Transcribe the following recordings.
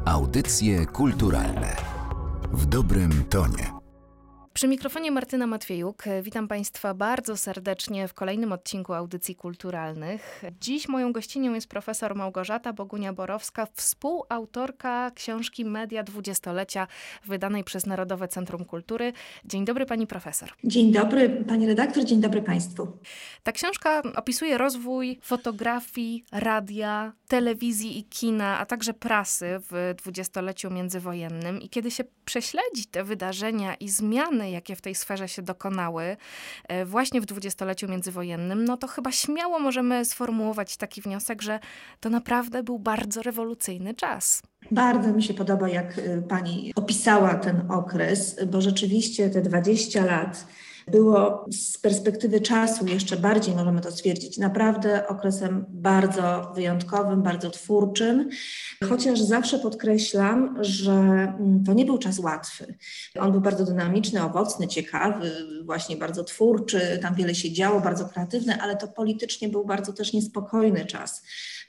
Audycje kulturalne w dobrym tonie. Przy mikrofonie Martyna Matwiejuk. Witam Państwa bardzo serdecznie w kolejnym odcinku Audycji Kulturalnych. Dziś moją gościnią jest profesor Małgorzata Bogunia-Borowska, współautorka książki Media Dwudziestolecia, wydanej przez Narodowe Centrum Kultury. Dzień dobry pani profesor. Dzień dobry pani redaktor, dzień dobry państwu. Ta książka opisuje rozwój fotografii, radia, telewizji i kina, a także prasy w dwudziestoleciu międzywojennym. I kiedy się prześledzi te wydarzenia i zmiany, jakie w tej sferze się dokonały właśnie w dwudziestoleciu międzywojennym, no to chyba śmiało możemy sformułować taki wniosek, że to naprawdę był bardzo rewolucyjny czas. Bardzo mi się podoba, jak pani opisała ten okres, bo rzeczywiście te 20 lat było z perspektywy czasu, jeszcze bardziej możemy to stwierdzić, naprawdę okresem bardzo wyjątkowym, bardzo twórczym, chociaż zawsze podkreślam, że to nie był czas łatwy. On był bardzo dynamiczny, owocny, ciekawy, właśnie bardzo twórczy, tam wiele się działo, bardzo kreatywny, ale to politycznie był bardzo też niespokojny czas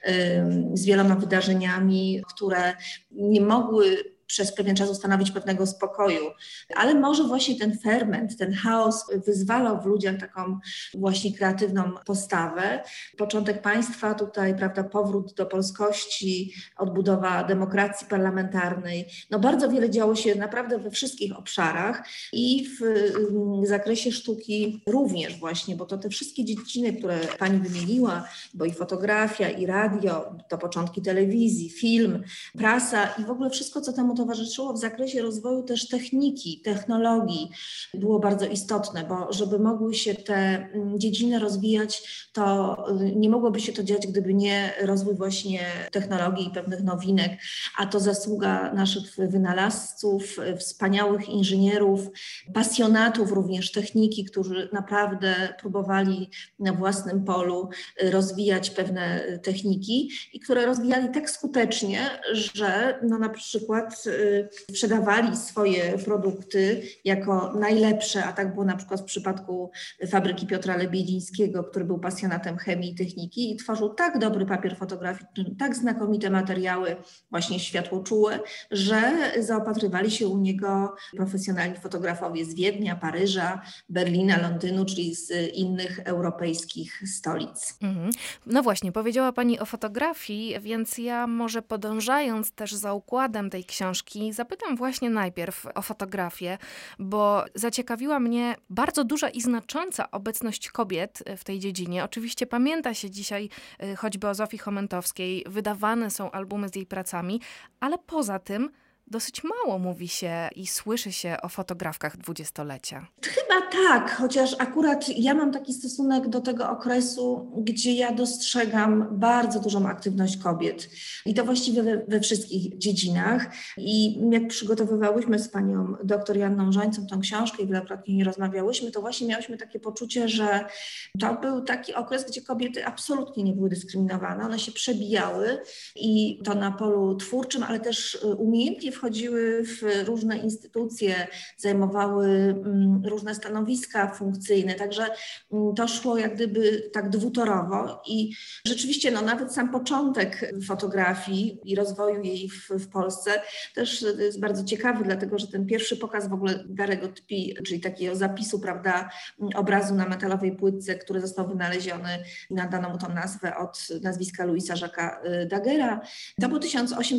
z wieloma wydarzeniami, które nie mogły przez pewien czas ustanowić pewnego spokoju. Ale może właśnie ten ferment, ten chaos wyzwalał w ludziach taką właśnie kreatywną postawę. Początek państwa tutaj, prawda, powrót do polskości, odbudowa demokracji parlamentarnej. No bardzo wiele działo się naprawdę we wszystkich obszarach i w zakresie sztuki również właśnie, bo to te wszystkie dziedziny, które pani wymieniła, bo i fotografia, i radio, to początki telewizji, film, prasa i w ogóle wszystko, co temu towarzyszyło w zakresie rozwoju też techniki, technologii było bardzo istotne, bo żeby mogły się te dziedziny rozwijać, to nie mogłoby się to dziać, gdyby nie rozwój właśnie technologii i pewnych nowinek, a to zasługa naszych wynalazców, wspaniałych inżynierów, pasjonatów również techniki, którzy naprawdę próbowali na własnym polu rozwijać pewne techniki i które rozwijali tak skutecznie, że no na przykład sprzedawali swoje produkty jako najlepsze, a tak było na przykład w przypadku fabryki Piotra Lebiedzińskiego, który był pasjonatem chemii i techniki i tworzył tak dobry papier fotograficzny, tak znakomite materiały, właśnie światłoczułe, że zaopatrywali się u niego profesjonalni fotografowie z Wiednia, Paryża, Berlina, Londynu, czyli z innych europejskich stolic. No właśnie, powiedziała pani o fotografii, więc ja może podążając też za układem tej książki, zapytam właśnie najpierw o fotografię, bo zaciekawiła mnie bardzo duża i znacząca obecność kobiet w tej dziedzinie. Oczywiście pamięta się dzisiaj choćby o Zofii Chomentowskiej, wydawane są albumy z jej pracami, ale poza tym dosyć mało mówi się i słyszy się o fotografkach dwudziestolecia. Chyba tak, chociaż akurat ja mam taki stosunek do tego okresu, gdzie ja dostrzegam bardzo dużą aktywność kobiet. I to właściwie we wszystkich dziedzinach. I jak przygotowywałyśmy z panią doktor Joanną Żańcą tą książkę i wielokrotnie nie rozmawiałyśmy, to właśnie miałyśmy takie poczucie, że to był taki okres, gdzie kobiety absolutnie nie były dyskryminowane. One się przebijały i to na polu twórczym, ale też umiejętnie wchodziły w różne instytucje, zajmowały różne stanowiska funkcyjne, także to szło jak gdyby tak dwutorowo i rzeczywiście no, nawet sam początek fotografii i rozwoju jej w Polsce też jest bardzo ciekawy, dlatego że ten pierwszy pokaz w ogóle daguerreotypii, czyli takiego zapisu, prawda, obrazu na metalowej płytce, który został wynaleziony, nadano mu tą nazwę od nazwiska Louisa Jacques'a Daguerre'a, to był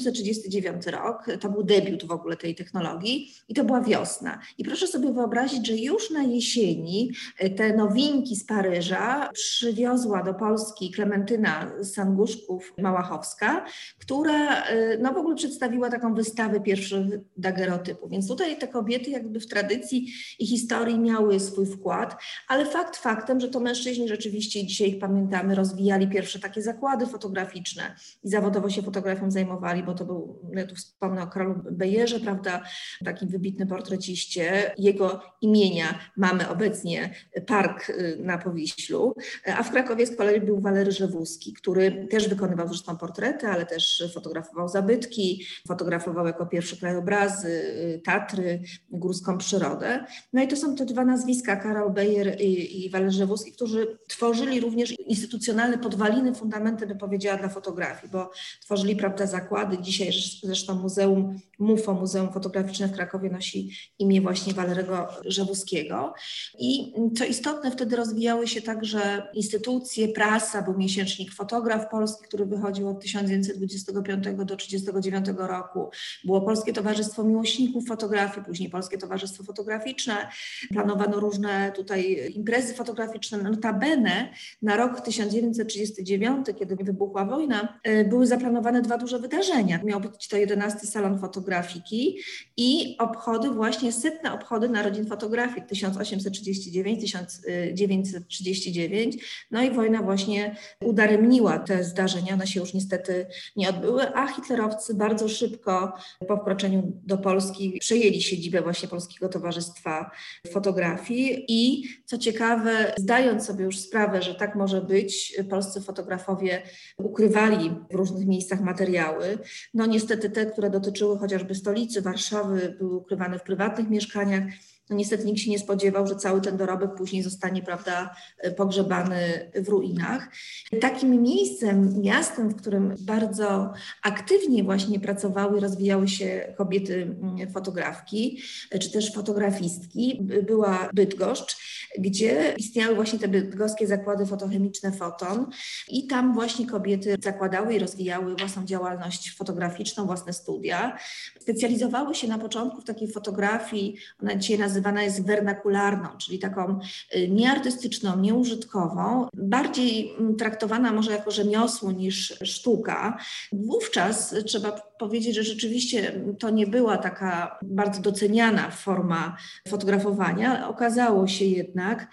1839 rok, to był debiut w ogóle tej technologii i to była wiosna. I proszę sobie wyobrazić, że już na jesieni te nowinki z Paryża przywiozła do Polski Klementyna Sanguszków-Małachowska, która no w ogóle przedstawiła taką wystawę pierwszych daguerreotypów. Więc tutaj te kobiety jakby w tradycji i historii miały swój wkład, ale fakt faktem, że to mężczyźni rzeczywiście, dzisiaj ich pamiętamy, rozwijali pierwsze takie zakłady fotograficzne i zawodowo się fotografią zajmowali, bo to był, ja tu wspomnę o Karolu Karolu Bejerze, prawda, takim wybitnym portreciście. Jego imienia mamy obecnie park na Powiślu, a w Krakowie z kolei był Walery Rzewuski, który też wykonywał zresztą portrety, ale też fotografował zabytki, fotografował jako pierwszy krajobrazy, Tatry, górską przyrodę. No i to są te dwa nazwiska, Karol Bejer i Walery Rzewuski, którzy tworzyli również instytucjonalne podwaliny, fundamenty, by powiedziała, dla fotografii, bo tworzyli, prawda, zakłady. Dzisiaj zresztą Muzeum MUFO, Muzeum Fotograficzne w Krakowie, nosi imię właśnie Walerego Rzewuskiego. I co istotne, wtedy rozwijały się także instytucje, prasa, był miesięcznik Fotograf Polski, który wychodził od 1925 do 1939 roku. Było Polskie Towarzystwo Miłośników Fotografii, później Polskie Towarzystwo Fotograficzne. Planowano różne tutaj imprezy fotograficzne. Notabene na rok 1939, kiedy wybuchła wojna, były zaplanowane dwa duże wydarzenia. Miał być to 11. Salon Fotografiki i obchody, właśnie setne obchody narodzin fotografii 1839-1939. No i wojna właśnie udaremniła te zdarzenia, one się już niestety nie odbyły, a hitlerowcy bardzo szybko po wkroczeniu do Polski przejęli siedzibę właśnie Polskiego Towarzystwa Fotografii i co ciekawe, zdając sobie już sprawę, że tak może być, polscy fotografowie ukrywali w różnych miejscach materiały. No niestety te, które dotyczyły chociażby stolicy, Warszawy, były ukrywane w prywatnych mieszkaniach. No niestety nikt się nie spodziewał, że cały ten dorobek później zostanie, prawda, pogrzebany w ruinach. Takim miejscem, miastem, w którym bardzo aktywnie właśnie pracowały, rozwijały się kobiety fotografki, czy też fotografistki, była Bydgoszcz, gdzie istniały właśnie te bydgoskie zakłady fotochemiczne Foton i tam właśnie kobiety zakładały i rozwijały własną działalność fotograficzną, własne studia. Specjalizowały się na początku w takiej fotografii, ona dzisiaj nazywana jest wernakularną, czyli taką nieartystyczną, nieużytkową, bardziej traktowana może jako rzemiosło niż sztuka. Wówczas trzeba powiedzieć, że rzeczywiście to nie była taka bardzo doceniana forma fotografowania. Okazało się jednak,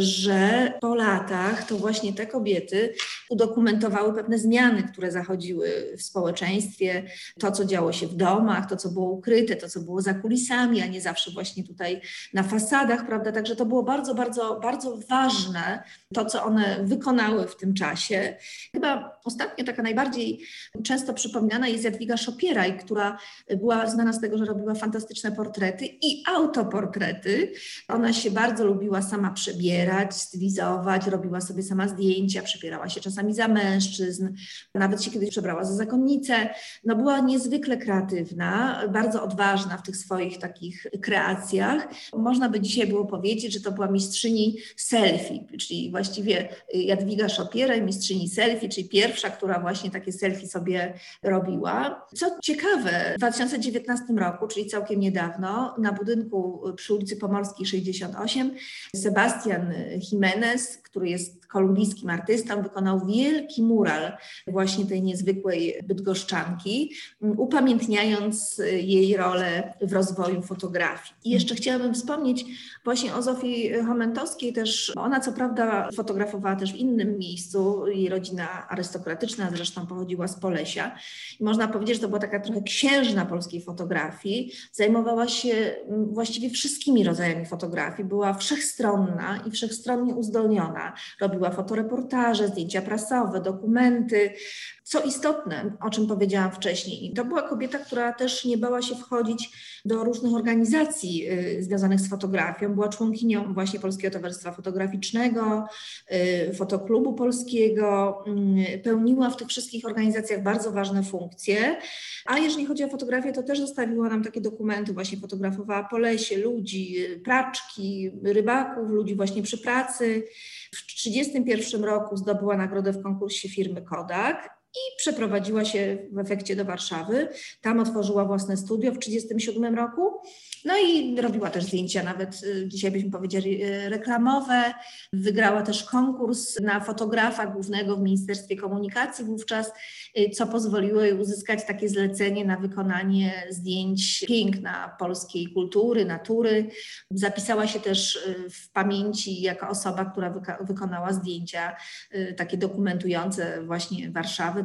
że po latach to właśnie te kobiety udokumentowały pewne zmiany, które zachodziły w społeczeństwie, to co działo się w domach, to co było ukryte, to co było za kulisami, a nie zawsze właśnie tutaj na fasadach, prawda? Także to było bardzo, bardzo, bardzo ważne, to co one wykonały w tym czasie. Chyba ostatnio taka najbardziej często przypominana jest Jadwiga Szopieraj, która była znana z tego, że robiła fantastyczne portrety i autoportrety. Ona się bardzo lubiła sama przebierać, stylizować, robiła sobie sama zdjęcia, przebierała się czasami za mężczyzn, nawet się kiedyś przebrała za zakonnicę. No była niezwykle kreatywna, bardzo odważna w tych swoich takich kreacjach. Można by dzisiaj było powiedzieć, że to była mistrzyni selfie, czyli właściwie Jadwiga Szopieraj, mistrzyni selfie, czyli pierwsza, która właśnie takie selfie sobie robiła. Co ciekawe, w 2019 roku, czyli całkiem niedawno, na budynku przy ulicy Pomorskiej 68 Sebastian Jimenez, który jest kolumbijskim artystą, wykonał wielki mural właśnie tej niezwykłej bydgoszczanki, upamiętniając jej rolę w rozwoju fotografii. I jeszcze chciałabym wspomnieć właśnie o Zofii Chomentowskiej też. Ona co prawda fotografowała też w innym miejscu, jej rodzina arystokratyczna zresztą pochodziła z Polesia. I można powiedzieć, że to była taka trochę księżna polskiej fotografii. Zajmowała się właściwie wszystkimi rodzajami fotografii, była wszechstronna i wszechstronnie uzdolniona. Robiła fotoreportaże, zdjęcia prasowe, dokumenty. Co istotne, o czym powiedziałam wcześniej, to była kobieta, która też nie bała się wchodzić do różnych organizacji związanych z fotografią. Była członkinią właśnie Polskiego Towarzystwa Fotograficznego, Fotoklubu Polskiego. Pełniła w tych wszystkich organizacjach bardzo ważne funkcje. A jeżeli chodzi o fotografię, to też zostawiła nam takie dokumenty. Właśnie fotografowała po lesie, ludzi, praczki, rybaków, ludzi właśnie przy pracy. W 1931 roku zdobyła nagrodę w konkursie firmy Kodak i przeprowadziła się w efekcie do Warszawy. Tam otworzyła własne studio w 1937 roku. No i robiła też zdjęcia, nawet dzisiaj byśmy powiedzieli reklamowe. Wygrała też konkurs na fotografa głównego w Ministerstwie Komunikacji wówczas, co pozwoliło jej uzyskać takie zlecenie na wykonanie zdjęć piękna polskiej kultury, natury. Zapisała się też w pamięci jako osoba, która wykonała zdjęcia takie dokumentujące właśnie Warszawę,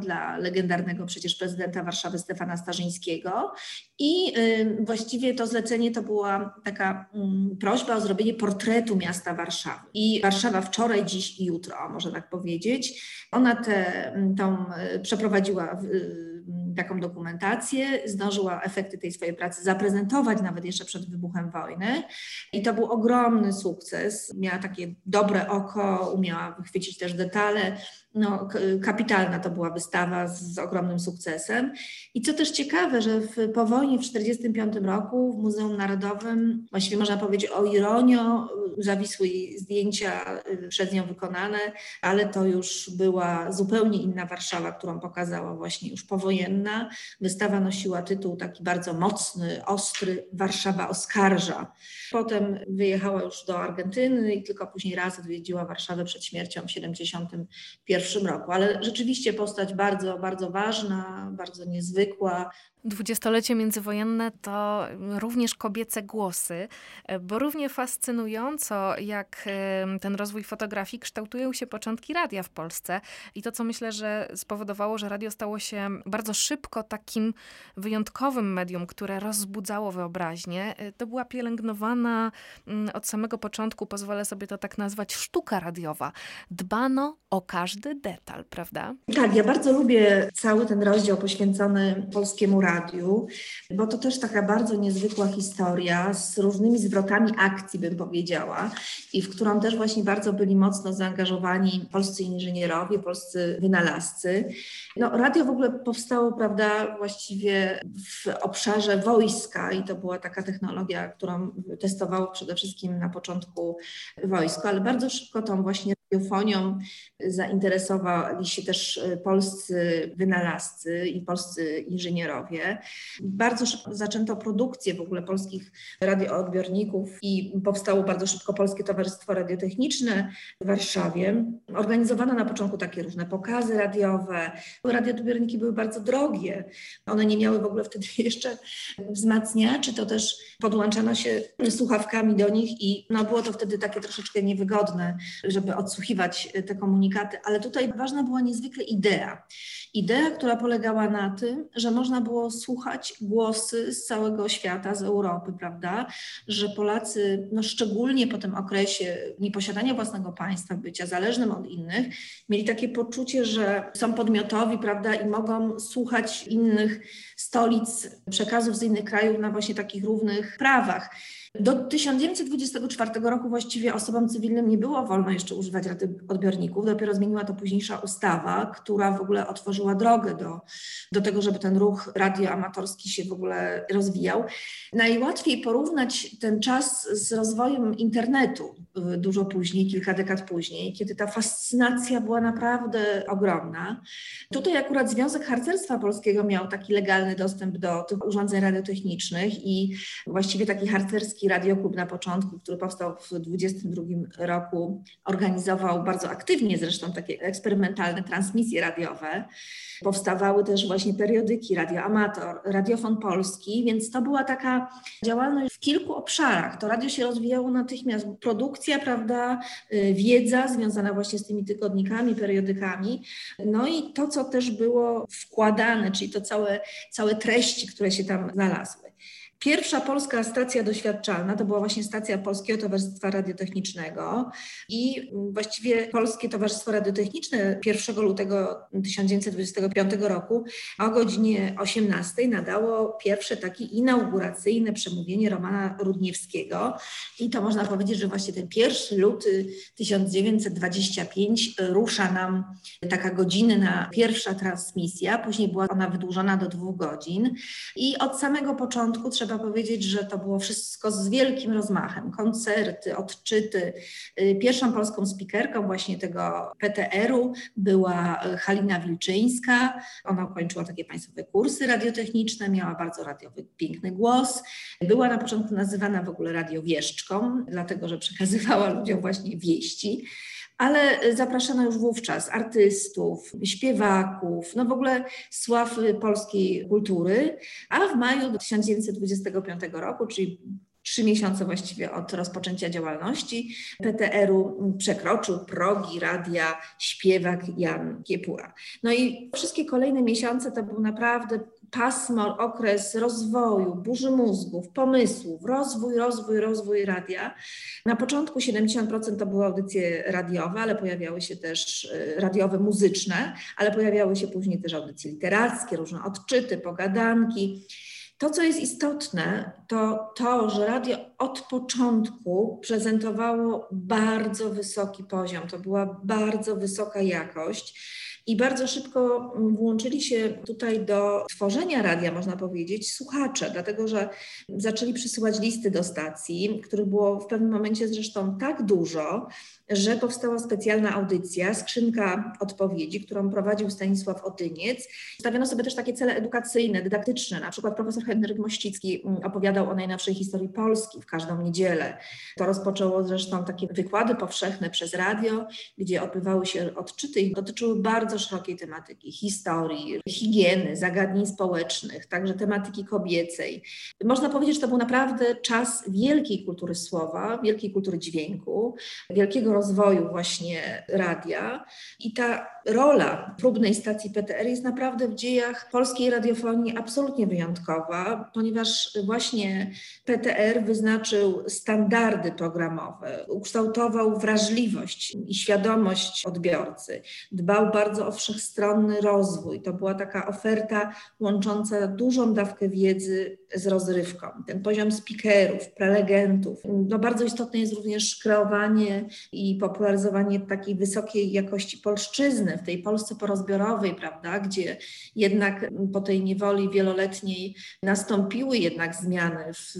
dla legendarnego przecież prezydenta Warszawy Stefana Starzyńskiego i właściwie to zlecenie to była taka prośba o zrobienie portretu miasta Warszawy. I Warszawa wczoraj, dziś i jutro, można tak powiedzieć. Ona przeprowadziła taką dokumentację, zdążyła efekty tej swojej pracy zaprezentować nawet jeszcze przed wybuchem wojny i to był ogromny sukces. Miała takie dobre oko, umiała wychwycić też detale. Kapitalna to była wystawa z ogromnym sukcesem. I co też ciekawe, że po wojnie w 1945 roku w Muzeum Narodowym, właściwie można powiedzieć o ironio, zawisły jej zdjęcia przez nią wykonane, ale to już była zupełnie inna Warszawa, którą pokazała właśnie już powojenna. Wystawa nosiła tytuł taki bardzo mocny, ostry, Warszawa oskarża. Potem wyjechała już do Argentyny i tylko później raz odwiedziła Warszawę przed śmiercią w 1971 roku. Ale rzeczywiście postać bardzo, bardzo ważna, bardzo niezwykła. Dwudziestolecie międzywojenne to również kobiece głosy, bo równie fascynująco jak ten rozwój fotografii kształtują się początki radia w Polsce i to, co myślę, że spowodowało, że radio stało się bardzo szybko takim wyjątkowym medium, które rozbudzało wyobraźnię, to była pielęgnowana od samego początku, pozwolę sobie to tak nazwać, sztuka radiowa. Dbano o każdy detal, prawda? Tak, ja bardzo lubię cały ten rozdział poświęcony polskiemu radiu, bo to też taka bardzo niezwykła historia z różnymi zwrotami akcji, bym powiedziała, i w którą też właśnie bardzo byli mocno zaangażowani polscy inżynierowie, polscy wynalazcy. Radio w ogóle powstało, prawda, właściwie w obszarze wojska i to była taka technologia, którą testowało przede wszystkim na początku wojsko, ale bardzo szybko tą właśnie radiofonią zainteresowali się też polscy wynalazcy i polscy inżynierowie. Bardzo szybko zaczęto produkcję w ogóle polskich radioodbiorników i powstało bardzo szybko Polskie Towarzystwo Radiotechniczne w Warszawie. Organizowano na początku takie różne pokazy radiowe. Radioodbiorniki były bardzo drogie. One nie miały w ogóle wtedy jeszcze wzmacniaczy, to też podłączano się słuchawkami do nich i było to wtedy takie troszeczkę niewygodne, żeby odsłuchiwać te komunikaty, ale tutaj ważna była niezwykle idea. Idea, która polegała na tym, że można było słuchać głosy z całego świata, z Europy, prawda, że Polacy, szczególnie po tym okresie nieposiadania własnego państwa, bycia zależnym od innych, mieli takie poczucie, że są podmiotowi, prawda, i mogą słuchać innych stolic, przekazów z innych krajów na właśnie takich równych prawach. Do 1924 roku właściwie osobom cywilnym nie było wolno jeszcze używać radioodbiorników. Dopiero zmieniła to późniejsza ustawa, która w ogóle otworzyła drogę do tego, żeby ten ruch radioamatorski się w ogóle rozwijał. Najłatwiej porównać ten czas z rozwojem internetu dużo później, kilka dekad później, kiedy ta fascynacja była naprawdę ogromna. Tutaj akurat Związek Harcerstwa Polskiego miał taki legalny dostęp do tych urządzeń radiotechnicznych i właściwie taki harcerski radioklub na początku, który powstał w 1922 roku, organizował bardzo aktywnie zresztą takie eksperymentalne transmisje radiowe. Powstawały też właśnie periodyki Radio Amator, Radiofon Polski, więc to była taka działalność w kilku obszarach. To radio się rozwijało natychmiast. Produkcja, prawda, wiedza związana właśnie z tymi tygodnikami, periodykami. I to, co też było wkładane, czyli to całe treści, które się tam znalazły. Pierwsza polska stacja doświadczalna to była właśnie stacja Polskiego Towarzystwa Radiotechnicznego i właściwie Polskie Towarzystwo Radiotechniczne 1 lutego 1925 roku o godzinie 18 nadało pierwsze takie inauguracyjne przemówienie Romana Rudniewskiego i to można powiedzieć, że właśnie ten 1 luty 1925 rusza nam taka godzinna pierwsza transmisja, później była ona wydłużona do 2 godzin i od samego początku trzeba powiedzieć, że to było wszystko z wielkim rozmachem. Koncerty, odczyty. Pierwszą polską spikerką właśnie tego PTR-u była Halina Wilczyńska. Ona ukończyła takie państwowe kursy radiotechniczne, miała bardzo radiowy, piękny głos. Była na początku nazywana w ogóle radiowieszczką, dlatego że przekazywała ludziom właśnie wieści. Ale zapraszano już wówczas artystów, śpiewaków, w ogóle sław polskiej kultury, a w maju 1925 roku, czyli 3 miesiące właściwie od rozpoczęcia działalności PTR-u przekroczył progi radia śpiewak Jan Kiepura. No i wszystkie kolejne miesiące to był naprawdę pasmo, okres rozwoju, burzy mózgów, pomysłów, rozwój radia. Na początku 70% to były audycje radiowe, ale pojawiały się też radiowe, muzyczne, ale pojawiały się później też audycje literackie, różne odczyty, pogadanki. To, co jest istotne, to, że radio od początku prezentowało bardzo wysoki poziom, to była bardzo wysoka jakość. I bardzo szybko włączyli się tutaj do tworzenia radia, można powiedzieć, słuchacze, dlatego że zaczęli przysyłać listy do stacji, których było w pewnym momencie zresztą tak dużo, że powstała specjalna audycja, skrzynka odpowiedzi, którą prowadził Stanisław Odyniec. Stawiono sobie też takie cele edukacyjne, dydaktyczne. Na przykład profesor Henryk Mościcki opowiadał o najnowszej historii Polski w każdą niedzielę. To rozpoczęło zresztą takie wykłady powszechne przez radio, gdzie odbywały się odczyty i dotyczyły bardzo szerokiej tematyki, historii, higieny, zagadnień społecznych, także tematyki kobiecej. Można powiedzieć, że to był naprawdę czas wielkiej kultury słowa, wielkiej kultury dźwięku, wielkiego rozwoju właśnie radia i ta rola próbnej stacji PTR jest naprawdę w dziejach polskiej radiofonii absolutnie wyjątkowa, ponieważ właśnie PTR wyznaczył standardy programowe, ukształtował wrażliwość i świadomość odbiorcy, dbał bardzo o wszechstronny rozwój. To była taka oferta łącząca dużą dawkę wiedzy z rozrywką. Ten poziom speakerów, prelegentów. No bardzo istotne jest również kreowanie i popularyzowanie takiej wysokiej jakości polszczyzny w tej Polsce porozbiorowej, prawda, gdzie jednak po tej niewoli wieloletniej nastąpiły jednak zmiany w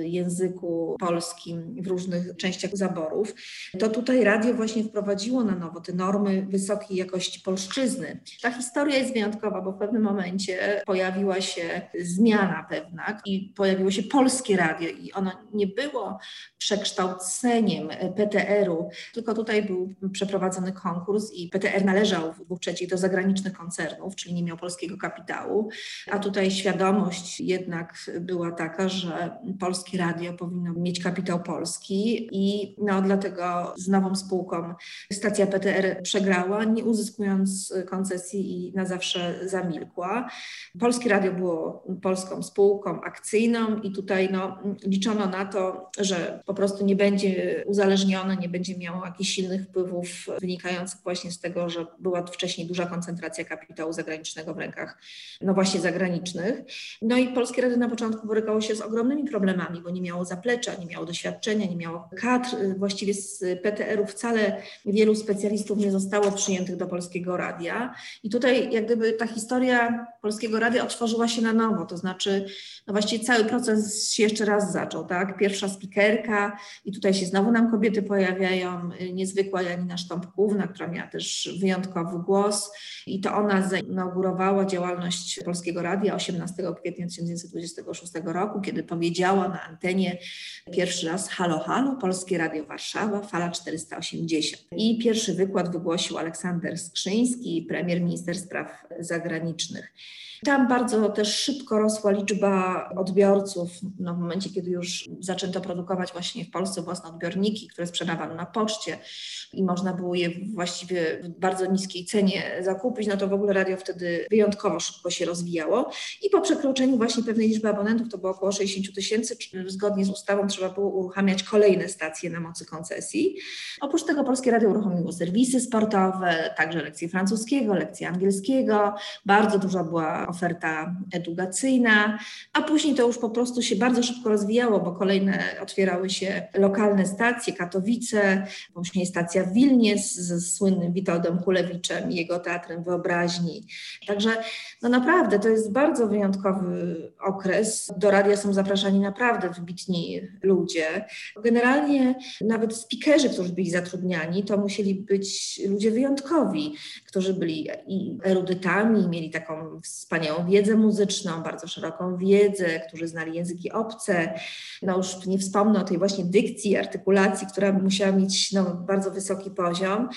języku polskim w różnych częściach zaborów. To tutaj radio właśnie wprowadziło na nowo te normy wysokiej jakości polszczyzny. Ta historia jest wyjątkowa, bo w pewnym momencie pojawiła się zmiana pewna i pojawiło się Polskie Radio i ono nie było przekształceniem PTR-u, tylko tutaj był przeprowadzony konkurs i PTR należał w 2/3 do zagranicznych koncernów, czyli nie miał polskiego kapitału, a tutaj świadomość jednak była taka, że Polskie Radio powinno mieć kapitał polski i dlatego z nową spółką stacja PTR przegrała, nie uzyskując koncesji i na zawsze zamilkła. Polskie Radio było polską spółką akcyjną i tutaj liczono na to, że po prostu nie będzie uzależnione, nie będzie miało jakichś silnych wpływów wynikających właśnie z tego, że była wcześniej duża koncentracja kapitału zagranicznego w rękach właśnie zagranicznych. No i Polskie Radio na początku borykało się z ogromnymi problemami, bo nie miało zaplecza, nie miało doświadczenia, nie miało kadr. Właściwie z PTR-u wcale wielu specjalistów nie zostało przyjętych do Polskiego Radia. I tutaj jak gdyby ta historia Polskiego Radia otworzyła się na nowo, to znaczy właściwie cały proces się jeszcze raz zaczął, tak? Pierwsza spikerka i tutaj się znowu nam kobiety pojawiają, niezwykła Janina Sztąpkówna, która miała też wyjątkowy głos i to ona zainaugurowała działalność Polskiego Radia 18 kwietnia 1926 roku, kiedy powiedziała na antenie pierwszy raz halo, halo, Polskie Radio Warszawa, fala 480. I pierwszy wykład wygłosił Aleksander Skrzyński, premier minister spraw zagranicznych. Tam bardzo też szybko rosła liczba odbiorców. W momencie, kiedy już zaczęto produkować właśnie w Polsce własne odbiorniki, które sprzedawano na poczcie i można było je właściwie w bardzo niskiej cenie zakupić, to w ogóle radio wtedy wyjątkowo szybko się rozwijało. I po przekroczeniu właśnie pewnej liczby abonentów, to było około 60 000, zgodnie z ustawą trzeba było uruchamiać kolejne stacje na mocy koncesji. Oprócz tego Polskie Radio uruchomiło serwisy sportowe, także lekcje francuskiego, lekcje angielskiego. Bardzo duża była oferta edukacyjna, a później to już po prostu się bardzo szybko rozwijało, bo kolejne otwierały się lokalne stacje, Katowice, później stacja w Wilnie ze słynnym Witoldem Kulewiczem i jego Teatrem Wyobraźni. Także naprawdę to jest bardzo wyjątkowy okres. Do radia są zapraszani naprawdę wybitni ludzie. Generalnie nawet speakerzy, którzy byli zatrudniani, to musieli być ludzie wyjątkowi, którzy byli i erudytami, mieli taką wspaniałą wiedzę muzyczną, bardzo szeroką wiedzę, którzy znali języki obce. Już nie wspomnę o tej właśnie dykcji, artykulacji, która musiała mieć bardzo wysoki poziom.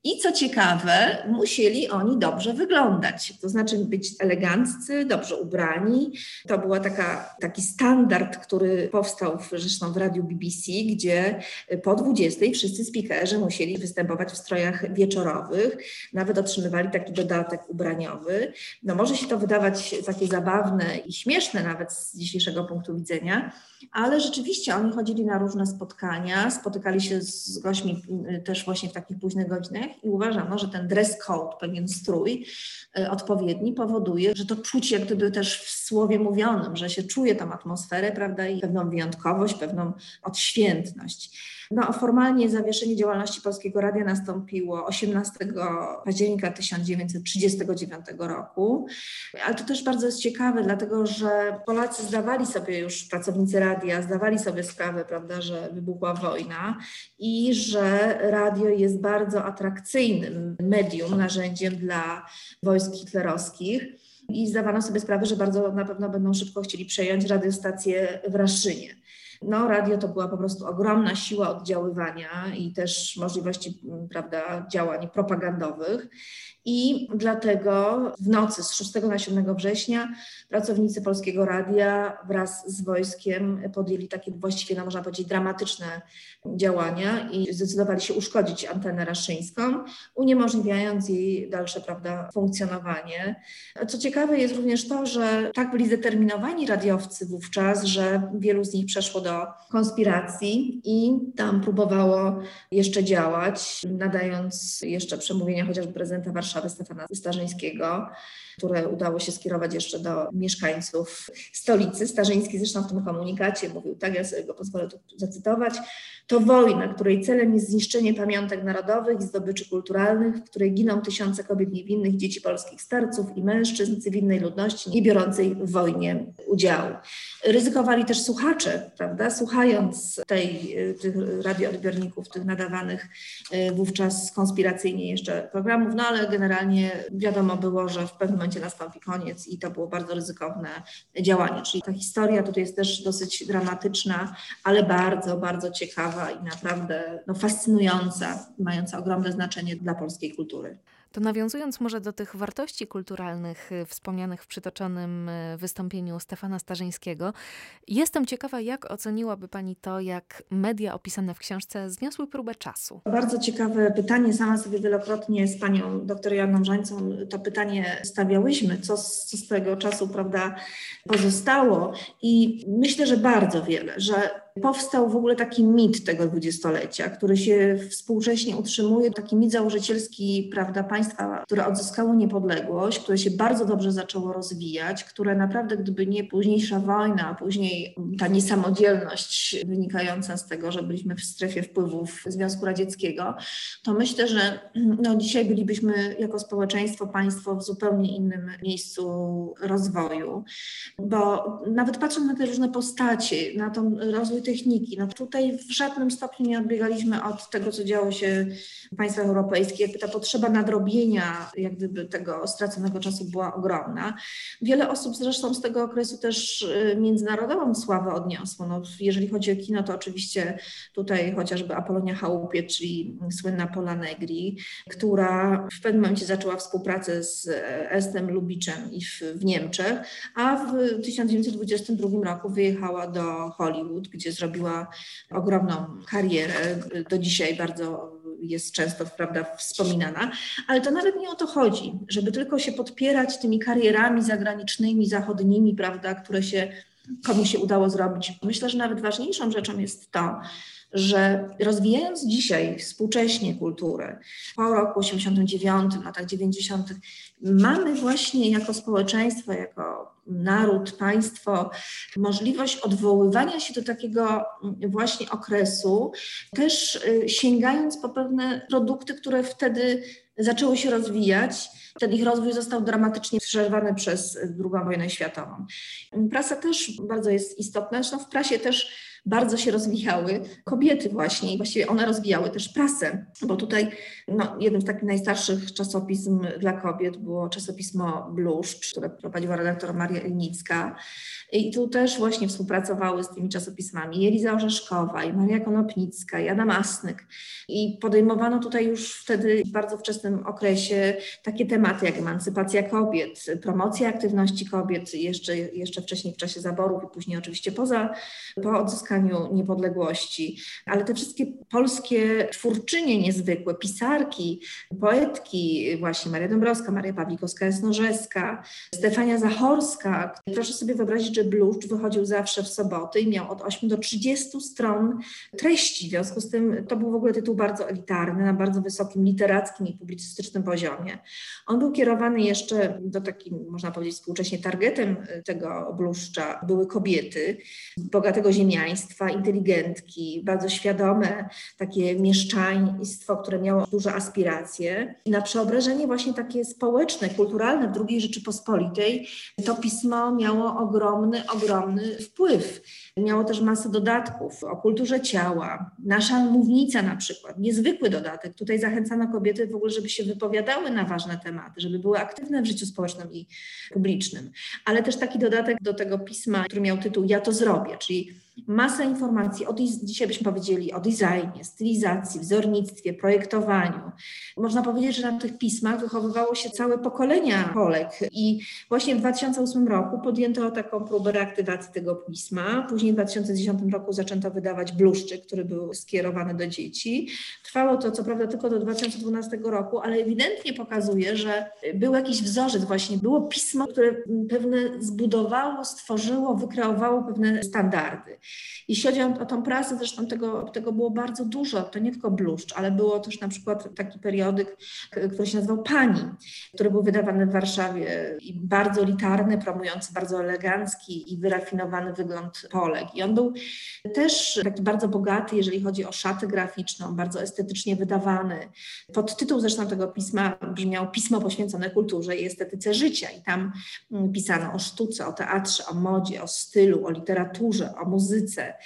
I co ciekawe, musieli oni dobrze wyglądać, to znaczy być eleganccy, dobrze ubrani. To był taki standard, który powstał zresztą w radiu BBC, gdzie po 20 wszyscy speakerzy musieli występować w strojach wieczorowych, nawet otrzymywali taki dodatek ubraniowy. No może się to wydawać takie zabawne i śmieszne nawet z dzisiejszego punktu widzenia, ale rzeczywiście oni chodzili na różne spotkania, spotykali się z gośćmi też właśnie w takich późnych godzinach i uważano, że ten dress code, pewien strój odpowiedni powoduje, że to czuć jak gdyby też w słowie mówionym, że się czuje tą atmosferę, prawda, i pewną wyjątkowość, pewną odświętność. No, formalnie zawieszenie działalności Polskiego Radia nastąpiło 18 października 1939 roku, ale to też bardzo jest ciekawe, dlatego że Polacy zdawali sobie już, pracownicy radia zdawali sobie sprawę, prawda, że wybuchła wojna i że radio jest bardzo atrakcyjnym medium, narzędziem dla wojsk hitlerowskich. I zdawano sobie sprawę, że bardzo na pewno będą szybko chcieli przejąć radiostację w Raszynie. No, radio to była po prostu ogromna siła oddziaływania i też możliwości, prawda, działań propagandowych. I dlatego w nocy z 6 na 7 września pracownicy Polskiego Radia wraz z wojskiem podjęli takie właściwie, no można powiedzieć, dramatyczne działania i zdecydowali się uszkodzić antenę raszyńską, uniemożliwiając jej dalsze, prawda, funkcjonowanie. Co ciekawe jest również to, że tak byli zdeterminowani radiowcy wówczas, że wielu z nich przeszło do konspiracji i tam próbowało jeszcze działać, nadając jeszcze przemówienia chociażby prezydenta Warszawy Stefana Starzyńskiego, które udało się skierować jeszcze do mieszkańców stolicy. Starzyński zresztą w tym komunikacie mówił, tak, ja sobie go pozwolę tu zacytować: to wojna, której celem jest zniszczenie pamiątek narodowych i zdobyczy kulturalnych, w której giną tysiące kobiet niewinnych, dzieci polskich starców i mężczyzn cywilnej ludności nie biorącej w wojnie udziału. Ryzykowali też słuchacze, prawda, słuchając tych radioodbiorników, tych nadawanych wówczas konspiracyjnie jeszcze programów, no ale generalnie wiadomo było, że w pewnym momencie nastąpi koniec i to było bardzo ryzykowne działanie. Czyli ta historia tutaj jest też dosyć dramatyczna, ale bardzo, bardzo ciekawa i naprawdę fascynująca, mająca ogromne znaczenie dla polskiej kultury. To nawiązując może do tych wartości kulturalnych wspomnianych w przytoczonym wystąpieniu Stefana Starzyńskiego, jestem ciekawa, jak oceniłaby Pani to, jak media opisane w książce zniosły próbę czasu? Bardzo ciekawe pytanie. Sama sobie wielokrotnie z panią dr Joanną Żańcą to pytanie stawiałyśmy, co z tego czasu, prawda, pozostało. I myślę, że bardzo wiele, że powstał w ogóle taki mit tego dwudziestolecia, który się współcześnie utrzymuje, taki mit założycielski, prawda, państwa, które odzyskało niepodległość, które się bardzo dobrze zaczęło rozwijać, które naprawdę, gdyby nie późniejsza wojna, a później ta niesamodzielność wynikająca z tego, że byliśmy w strefie wpływów Związku Radzieckiego, to myślę, że dzisiaj bylibyśmy jako społeczeństwo, państwo w zupełnie innym miejscu rozwoju, bo nawet patrząc na te różne postacie, na ten rozwój techniki, tutaj w żadnym stopniu nie odbiegaliśmy od tego, co działo się w państwach europejskich. Jakby ta potrzeba nadrobienia jak gdyby tego straconego czasu była ogromna. Wiele osób zresztą z tego okresu też międzynarodową sławę odniosło. Jeżeli chodzi o kino, to oczywiście tutaj chociażby Apolonia Chałupie, czyli słynna Pola Negri, która w pewnym momencie zaczęła współpracę z Estem Lubiczem i w Niemczech, a w 1922 roku wyjechała do Hollywood, gdzie zrobiła ogromną karierę. Do dzisiaj bardzo jest często, prawda, wspominana, ale to nawet nie o to chodzi, żeby tylko się podpierać tymi karierami zagranicznymi, zachodnimi, prawda, które komu się udało zrobić. Myślę, że nawet ważniejszą rzeczą jest to, że rozwijając dzisiaj współcześnie kulturę, po roku 89, latach 90, mamy właśnie jako społeczeństwo, jako naród, państwo możliwość odwoływania się do takiego właśnie okresu, też sięgając po pewne produkty, które wtedy zaczęły się rozwijać. Ten ich rozwój został dramatycznie przerwany przez II wojnę światową. Prasa też bardzo jest istotna, zresztą w prasie też bardzo się rozwijały kobiety właśnie i właściwie one rozwijały też prasę, bo tutaj jednym z takich najstarszych czasopism dla kobiet było czasopismo Bluszcz, które prowadziła redaktor Maria Ilnicka i tu też właśnie współpracowały z tymi czasopismami Eliza Orzeszkowa i Maria Konopnicka i Adam Asnyk i podejmowano tutaj już wtedy w bardzo wczesnym okresie takie tematy jak emancypacja kobiet, promocja aktywności kobiet jeszcze wcześniej w czasie zaborów i później oczywiście po odzyskaniu niepodległości, ale te wszystkie polskie twórczynie niezwykłe, pisarki, poetki, właśnie Maria Dąbrowska, Maria Pawlikowska-Jasnorzewska, Stefania Zachorska. Proszę sobie wyobrazić, że Bluszcz wychodził zawsze w soboty i miał od 8 do 30 stron treści. W związku z tym to był w ogóle tytuł bardzo elitarny, na bardzo wysokim literackim i publicystycznym poziomie. On był kierowany jeszcze do takim, można powiedzieć, współcześnie targetem tego Bluszcza były kobiety bogatego ziemiaństwa, inteligentki, bardzo świadome, takie mieszczaństwo, które miało duże aspiracje. I na przeobrażenie właśnie takie społeczne, kulturalne w II Rzeczypospolitej to pismo miało ogromny wpływ. Miało też masę dodatków o kulturze ciała. Nasza mównica na przykład, niezwykły dodatek. Tutaj zachęcano kobiety w ogóle, żeby się wypowiadały na ważne tematy, żeby były aktywne w życiu społecznym i publicznym. Ale też taki dodatek do tego pisma, który miał tytuł Ja to zrobię, czyli masa informacji, dzisiaj byśmy powiedzieli o designie, stylizacji, wzornictwie, projektowaniu. Można powiedzieć, że na tych pismach wychowywało się całe pokolenia Polek i właśnie w 2008 roku podjęto taką próbę reaktywacji tego pisma. Później w 2010 roku zaczęto wydawać Bluszczyk, który był skierowany do dzieci. Trwało to co prawda tylko do 2012 roku, ale ewidentnie pokazuje, że był jakiś wzorzec właśnie, było pismo, które pewne zbudowało, stworzyło, wykreowało pewne standardy. Jeśli chodzi o tą prasę, zresztą tego było bardzo dużo, to nie tylko Bluszcz, ale było też na przykład taki periodyk, który się nazywał Pani, który był wydawany w Warszawie i bardzo elitarny, promujący bardzo elegancki i wyrafinowany wygląd Polek. I on był też taki bardzo bogaty, jeżeli chodzi o szatę graficzną, bardzo estetycznie wydawany. Podtytuł zresztą tego pisma brzmiał Pismo poświęcone kulturze i estetyce życia i tam pisano o sztuce, o teatrze, o modzie, o stylu, o literaturze, o muzyce,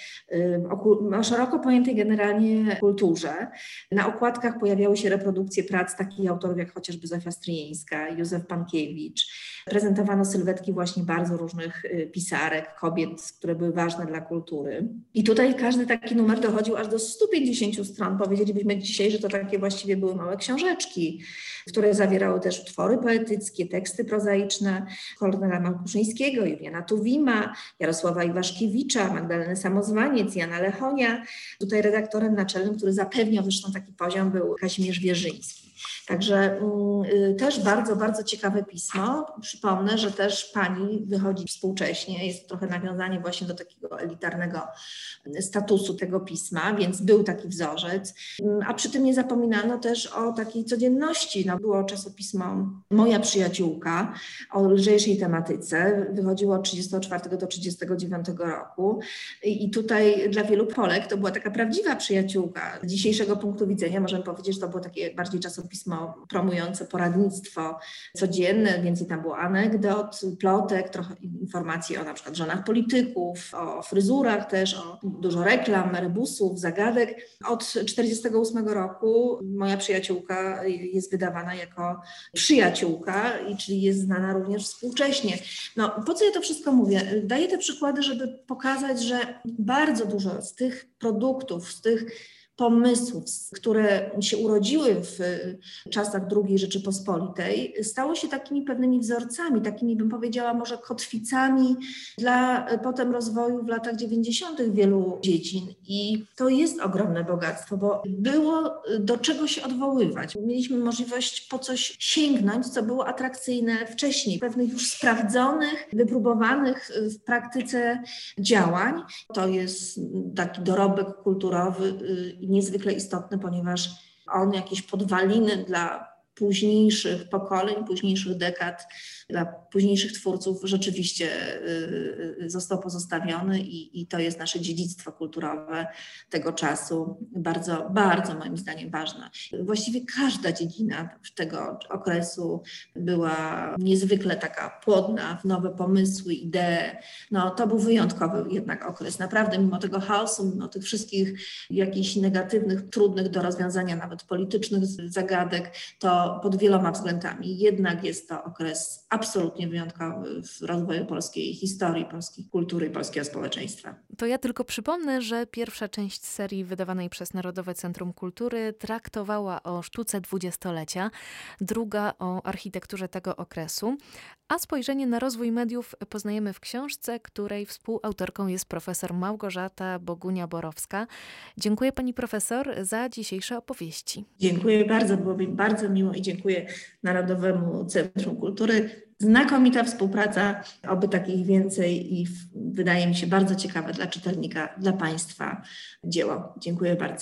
o szeroko pojętej generalnie kulturze. Na okładkach pojawiały się reprodukcje prac takich autorów jak chociażby Zofia Stryjeńska, Józef Pankiewicz. Prezentowano sylwetki właśnie bardzo różnych pisarek, kobiet, które były ważne dla kultury. I tutaj każdy taki numer dochodził aż do 150 stron. Powiedzielibyśmy dzisiaj, że to takie właściwie były małe książeczki, które zawierały też utwory poetyckie, teksty prozaiczne Kornela Malkuszyńskiego, Juliana Tuwima, Jarosława Iwaszkiewicza, Magdaleny Samozwaniec, Jana Lechonia. Tutaj redaktorem naczelnym, który zapewniał zresztą taki poziom, był Kazimierz Wierzyński. Także też bardzo, bardzo ciekawe pismo. Przypomnę, że też Pani wychodzi współcześnie. Jest trochę nawiązanie właśnie do takiego elitarnego statusu tego pisma, więc był taki wzorzec. A przy tym nie zapominano też o takiej codzienności. Było czasopismo Moja przyjaciółka o lżejszej tematyce. Wychodziło od 1934 do 1939 roku. I tutaj dla wielu Polek to była taka prawdziwa przyjaciółka. Z dzisiejszego punktu widzenia możemy powiedzieć, że to było takie bardziej czasopismo promujące poradnictwo codzienne, więcej tam było anegdot, plotek, trochę informacji o na przykład żonach polityków, o fryzurach też, o dużo reklam, rebusów, zagadek. Od 1948 roku Moja przyjaciółka jest wydawana jako przyjaciółka, czyli jest znana również współcześnie. Po co ja to wszystko mówię? Daję te przykłady, żeby pokazać, że bardzo dużo z tych produktów, z tych pomysłów, które się urodziły w czasach II Rzeczypospolitej, stało się takimi pewnymi wzorcami, takimi bym powiedziała może kotwicami dla potem rozwoju w latach 90. wielu dziedzin. I to jest ogromne bogactwo, bo było do czego się odwoływać. Mieliśmy możliwość po coś sięgnąć, co było atrakcyjne wcześniej, pewnych już sprawdzonych, wypróbowanych w praktyce działań. To jest taki dorobek kulturowy niezwykle istotny, ponieważ on jakieś podwaliny dla późniejszych pokoleń, późniejszych dekad, dla późniejszych twórców rzeczywiście został pozostawiony i to jest nasze dziedzictwo kulturowe tego czasu, bardzo, bardzo moim zdaniem ważne. Właściwie każda dziedzina tego okresu była niezwykle taka płodna w nowe pomysły, idee. No, to był wyjątkowy jednak okres. Naprawdę mimo tego chaosu, mimo tych wszystkich jakichś negatywnych, trudnych do rozwiązania nawet politycznych zagadek, to pod wieloma względami jednak jest to okres absolutnie wyjątkowy w rozwoju polskiej historii, polskiej kultury i polskiego społeczeństwa. To ja tylko przypomnę, że pierwsza część serii wydawanej przez Narodowe Centrum Kultury traktowała o sztuce dwudziestolecia, druga o architekturze tego okresu, a spojrzenie na rozwój mediów poznajemy w książce, której współautorką jest profesor Małgorzata Bogunia-Borowska. Dziękuję pani profesor za dzisiejsze opowieści. Dziękuję bardzo, było mi bardzo miło i dziękuję Narodowemu Centrum Kultury. Znakomita współpraca, oby takich więcej i wydaje mi się bardzo ciekawe dla czytelnika, dla państwa dzieło. Dziękuję bardzo.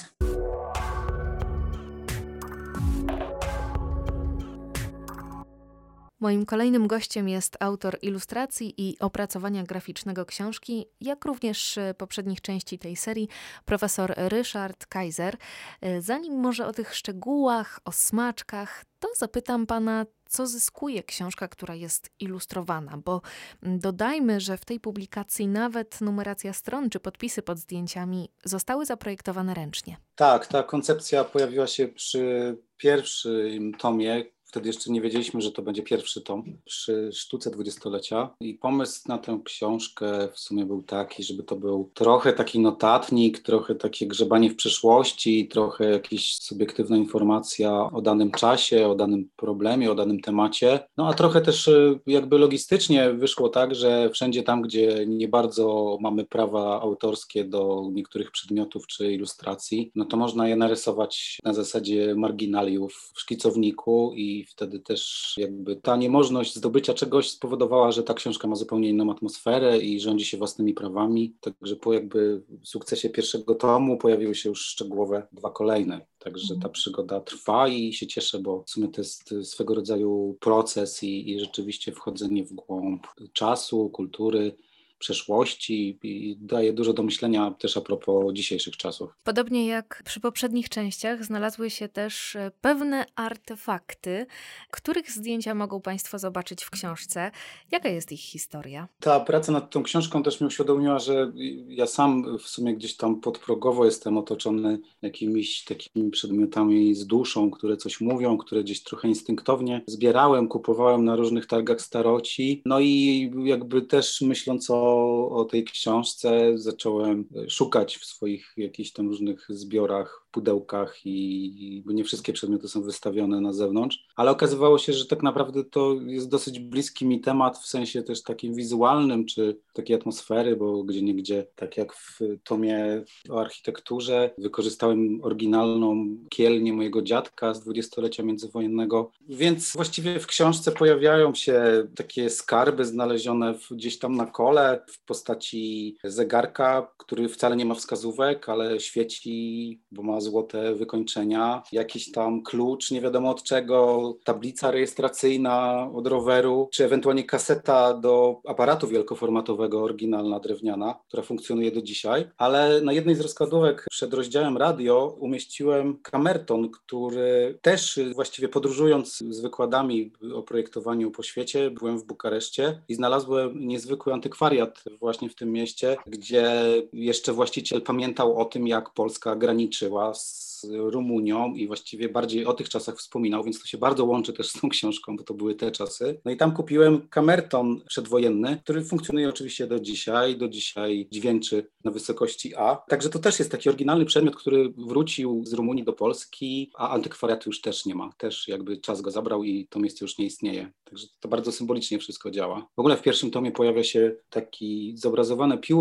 Moim kolejnym gościem jest autor ilustracji i opracowania graficznego książki, jak również poprzednich części tej serii, profesor Ryszard Kaiser. Zanim może o tych szczegółach, o smaczkach, to zapytam pana, co zyskuje książka, która jest ilustrowana, bo dodajmy, że w tej publikacji nawet numeracja stron czy podpisy pod zdjęciami zostały zaprojektowane ręcznie. Tak, ta koncepcja pojawiła się przy pierwszym tomie. Wtedy jeszcze nie wiedzieliśmy, że to będzie pierwszy tom przy sztuce dwudziestolecia i pomysł na tę książkę w sumie był taki, żeby to był trochę taki notatnik, trochę takie grzebanie w przeszłości, trochę jakaś subiektywna informacja o danym czasie, o danym problemie, o danym temacie. No a trochę też jakby logistycznie wyszło tak, że wszędzie tam, gdzie nie bardzo mamy prawa autorskie do niektórych przedmiotów czy ilustracji, no to można je narysować na zasadzie marginaliów w szkicowniku i wtedy też jakby ta niemożność zdobycia czegoś spowodowała, że ta książka ma zupełnie inną atmosferę i rządzi się własnymi prawami. Także po jakby sukcesie pierwszego tomu pojawiły się już szczegółowe 2 kolejne. Także ta przygoda trwa i się cieszę, bo w sumie to jest swego rodzaju proces i rzeczywiście wchodzenie w głąb czasu, kultury, przeszłości i daje dużo do myślenia też a propos dzisiejszych czasów. Podobnie jak przy poprzednich częściach znalazły się też pewne artefakty, których zdjęcia mogą państwo zobaczyć w książce. Jaka jest ich historia? Ta praca nad tą książką też mi uświadomiła, że ja sam w sumie gdzieś tam podprogowo jestem otoczony jakimiś takimi przedmiotami z duszą, które coś mówią, które gdzieś trochę instynktownie zbierałem, kupowałem na różnych targach staroci. No i jakby też myśląc o tej książce zacząłem szukać w swoich jakichś tam różnych zbiorach, pudełkach bo nie wszystkie przedmioty są wystawione na zewnątrz, ale okazywało się, że tak naprawdę to jest dosyć bliski mi temat w sensie też takim wizualnym, czy takiej atmosfery, bo gdzieniegdzie, tak jak w tomie o architekturze, wykorzystałem oryginalną kielnię mojego dziadka z dwudziestolecia międzywojennego, więc właściwie w książce pojawiają się takie skarby znalezione gdzieś tam na kole w postaci zegarka, który wcale nie ma wskazówek, ale świeci, bo ma złote wykończenia, jakiś tam klucz, nie wiadomo od czego, tablica rejestracyjna od roweru, czy ewentualnie kaseta do aparatu wielkoformatowego, oryginalna, drewniana, która funkcjonuje do dzisiaj, ale na jednej z rozkładówek przed rozdziałem radio umieściłem kamerton, który też właściwie podróżując z wykładami o projektowaniu po świecie, byłem w Bukareszcie i znalazłem niezwykły antykwariat właśnie w tym mieście, gdzie jeszcze właściciel pamiętał o tym, jak Polska graniczyła z Rumunią i właściwie bardziej o tych czasach wspominał, więc to się bardzo łączy też z tą książką, bo to były te czasy. No i tam kupiłem kamerton przedwojenny, który funkcjonuje oczywiście do dzisiaj dźwięczy na wysokości A. Także to też jest taki oryginalny przedmiot, który wrócił z Rumunii do Polski, a antykwariatu już też nie ma. Też jakby czas go zabrał i to miejsce już nie istnieje. Także to bardzo symbolicznie wszystko działa. W ogóle w pierwszym tomie pojawia się taki zobrazowane pióro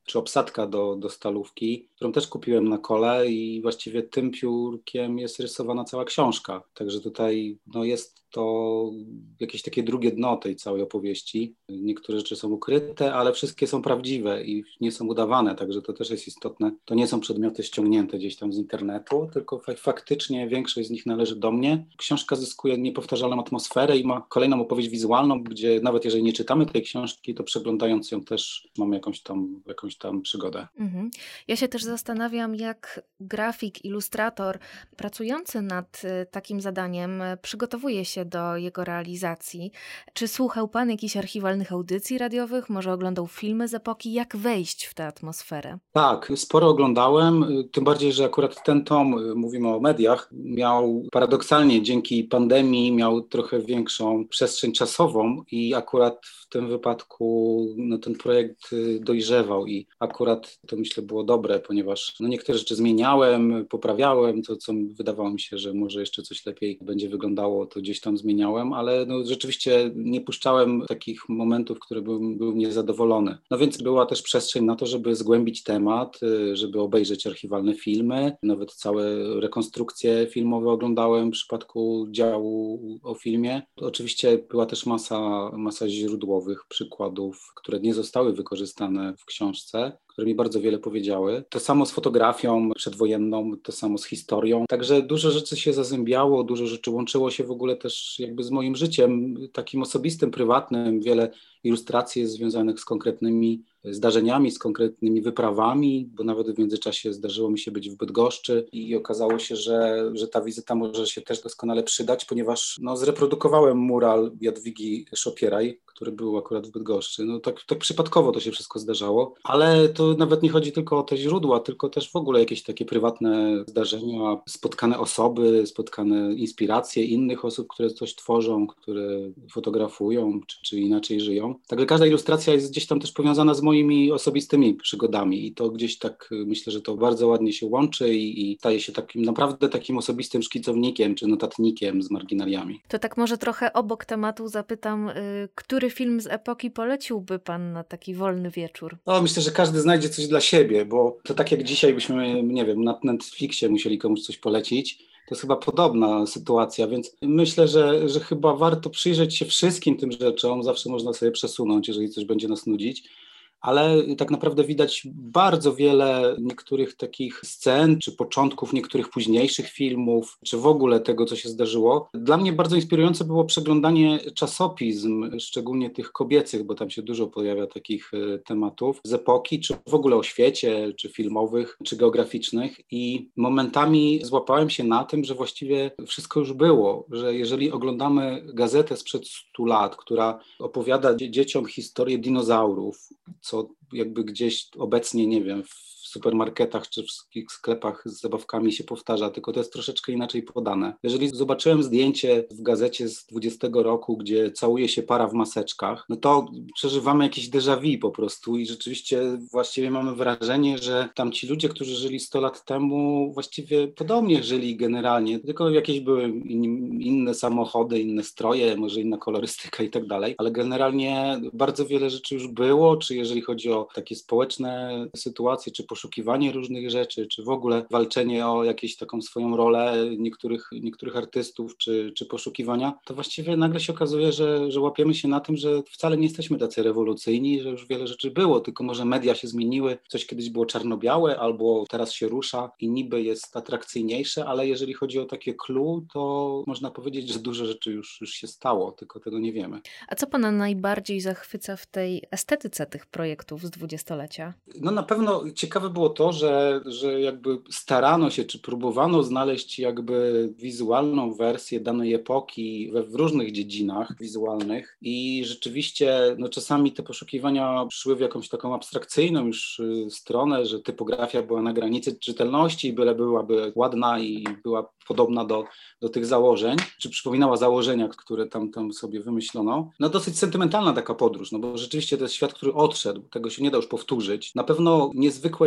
czy obsadka do stalówki, którą też kupiłem na Kole i właściwie tym piórkiem jest rysowana cała książka. Także tutaj jest to jakieś takie drugie dno tej całej opowieści. Niektóre rzeczy są ukryte, ale wszystkie są prawdziwe i nie są udawane, także to też jest istotne. To nie są przedmioty ściągnięte gdzieś tam z internetu, tylko faktycznie większość z nich należy do mnie. Książka zyskuje niepowtarzalną atmosferę i ma kolejną opowieść wizualną, gdzie nawet jeżeli nie czytamy tej książki, to przeglądając ją też mamy jakąś tam przygodę. Ja się też zastanawiam, jak grafik, ilustrator pracujący nad takim zadaniem przygotowuje się do jego realizacji. Czy słuchał pan jakichś archiwalnych audycji radiowych? Może oglądał filmy z epoki? Jak wejść w tę atmosferę? Tak, sporo oglądałem, tym bardziej, że akurat ten tom, mówimy o mediach, miał paradoksalnie dzięki pandemii miał trochę większą przestrzeń czasową i akurat w tym wypadku ten projekt dojrzewał i akurat to myślę było dobre, ponieważ niektóre rzeczy zmieniałem, poprawiałem, to co wydawało mi się, że może jeszcze coś lepiej będzie wyglądało, to gdzieś tam zmieniałem, ale rzeczywiście nie puszczałem takich momentów, które byłem niezadowolony. Więc była też przestrzeń na to, żeby zgłębić temat, żeby obejrzeć archiwalne filmy, nawet całe rekonstrukcje filmowe oglądałem w przypadku działu o filmie. Oczywiście była też masa źródłowych przykładów, które nie zostały wykorzystane w książce, które mi bardzo wiele powiedziały. To samo z fotografią przedwojenną, to samo z historią. Także dużo rzeczy się zazębiało, dużo rzeczy łączyło się w ogóle też jakby z moim życiem takim osobistym, prywatnym. Wiele ilustracji jest związanych z konkretnymi zdarzeniami, z konkretnymi wyprawami, bo nawet w międzyczasie zdarzyło mi się być w Bydgoszczy i okazało się, że ta wizyta może się też doskonale przydać, ponieważ zreprodukowałem mural Jadwigi Szopieraj, który był akurat w Bydgoszczy. Tak przypadkowo to się wszystko zdarzało, ale to nawet nie chodzi tylko o te źródła, tylko też w ogóle jakieś takie prywatne zdarzenia, spotkane osoby, spotkane inspiracje innych osób, które coś tworzą, które fotografują, czy inaczej żyją. Także każda ilustracja jest gdzieś tam też powiązana z moimi osobistymi przygodami i to gdzieś tak myślę, że to bardzo ładnie się łączy i staje się naprawdę takim osobistym szkicownikiem czy notatnikiem z marginaliami. To tak może trochę obok tematu zapytam, który film z epoki poleciłby pan na taki wolny wieczór? Myślę, że każdy znajdzie coś dla siebie, bo to tak jak dzisiaj byśmy, nie wiem, na Netflixie musieli komuś coś polecić, to jest chyba podobna sytuacja, więc myślę, że chyba warto przyjrzeć się wszystkim tym rzeczom, zawsze można sobie przesunąć, jeżeli coś będzie nas nudzić, ale tak naprawdę widać bardzo wiele niektórych takich scen, czy początków niektórych późniejszych filmów, czy w ogóle tego, co się zdarzyło. Dla mnie bardzo inspirujące było przeglądanie czasopism, szczególnie tych kobiecych, bo tam się dużo pojawia takich tematów z epoki, czy w ogóle o świecie, czy filmowych, czy geograficznych i momentami złapałem się na tym, że właściwie wszystko już było, że jeżeli oglądamy gazetę sprzed 100 lat, która opowiada dzieciom historię dinozaurów, co jakby gdzieś obecnie, nie wiem, w supermarketach czy w wszystkich sklepach z zabawkami się powtarza, tylko to jest troszeczkę inaczej podane. Jeżeli zobaczyłem zdjęcie w gazecie z 20 roku, gdzie całuje się para w maseczkach, to przeżywamy jakiś déjà vu po prostu i rzeczywiście właściwie mamy wrażenie, że tamci ludzie, którzy żyli 100 lat temu, właściwie podobnie żyli generalnie, tylko jakieś były inne samochody, inne stroje, może inna kolorystyka i tak dalej, ale generalnie bardzo wiele rzeczy już było, czy jeżeli chodzi o takie społeczne sytuacje, czy poszukiwanie różnych rzeczy, czy w ogóle walczenie o jakąś taką swoją rolę niektórych artystów, czy poszukiwania, to właściwie nagle się okazuje, że łapiemy się na tym, że wcale nie jesteśmy tacy rewolucyjni, że już wiele rzeczy było, tylko może media się zmieniły, coś kiedyś było czarno-białe, albo teraz się rusza i niby jest atrakcyjniejsze, ale jeżeli chodzi o takie clue, to można powiedzieć, że dużo rzeczy już się stało, tylko tego nie wiemy. A co pana najbardziej zachwyca w tej estetyce tych projektów z dwudziestolecia? Na pewno ciekawe było to, że jakby starano się, czy próbowano znaleźć jakby wizualną wersję danej epoki w różnych dziedzinach wizualnych i rzeczywiście czasami te poszukiwania szły w jakąś taką abstrakcyjną już stronę, że typografia była na granicy czytelności, byle byłaby ładna i była podobna do tych założeń, czy przypominała założenia, które tam sobie wymyślono. Dosyć sentymentalna taka podróż, bo rzeczywiście to jest świat, który odszedł, tego się nie da już powtórzyć. Na pewno niezwykłe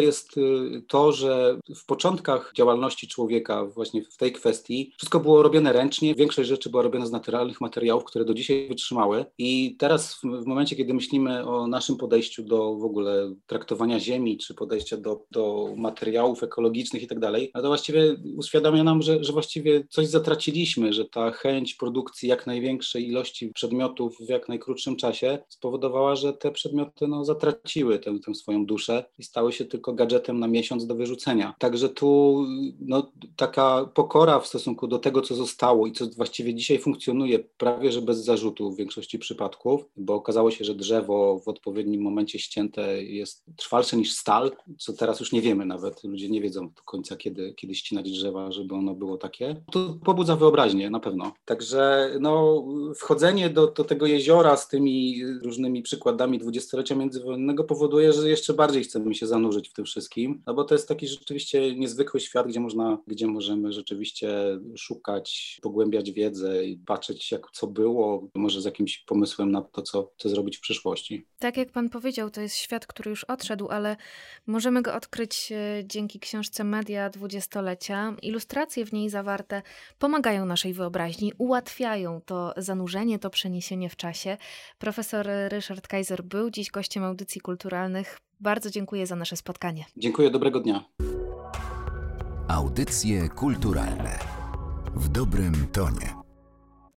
jest to, że w początkach działalności człowieka właśnie w tej kwestii wszystko było robione ręcznie, większość rzeczy była robiona z naturalnych materiałów, które do dzisiaj wytrzymały i teraz w momencie, kiedy myślimy o naszym podejściu do w ogóle traktowania ziemi, czy podejścia do materiałów ekologicznych i tak dalej, no to właściwie uświadamia nam, że właściwie coś zatraciliśmy, że ta chęć produkcji jak największej ilości przedmiotów w jak najkrótszym czasie spowodowała, że te przedmioty zatraciły tę swoją duszę i stały się tylko gadżetem na miesiąc do wyrzucenia. Także tu taka pokora w stosunku do tego, co zostało i co właściwie dzisiaj funkcjonuje prawie że bez zarzutu w większości przypadków, bo okazało się, że drzewo w odpowiednim momencie ścięte jest trwalsze niż stal, co teraz już nie wiemy nawet. Ludzie nie wiedzą do końca, kiedy ścinać drzewa, żeby ono było takie. To pobudza wyobraźnię na pewno. Także wchodzenie do tego jeziora z tymi różnymi przykładami dwudziestolecia międzywojennego powoduje, że jeszcze bardziej chcemy się zanurzyć w tym wszystkim, bo to jest taki rzeczywiście niezwykły świat, gdzie możemy rzeczywiście szukać, pogłębiać wiedzę i patrzeć, co było, może z jakimś pomysłem na to, co zrobić w przyszłości. Tak jak pan powiedział, to jest świat, który już odszedł, ale możemy go odkryć dzięki książce Media Dwudziestolecia. Ilustracje w niej zawarte pomagają naszej wyobraźni, ułatwiają to zanurzenie, to przeniesienie w czasie. Profesor Ryszard Kaiser był dziś gościem Audycji Kulturalnych. Bardzo dziękuję za nasze spotkanie. Dziękuję, dobrego dnia. Audycje kulturalne w dobrym tonie.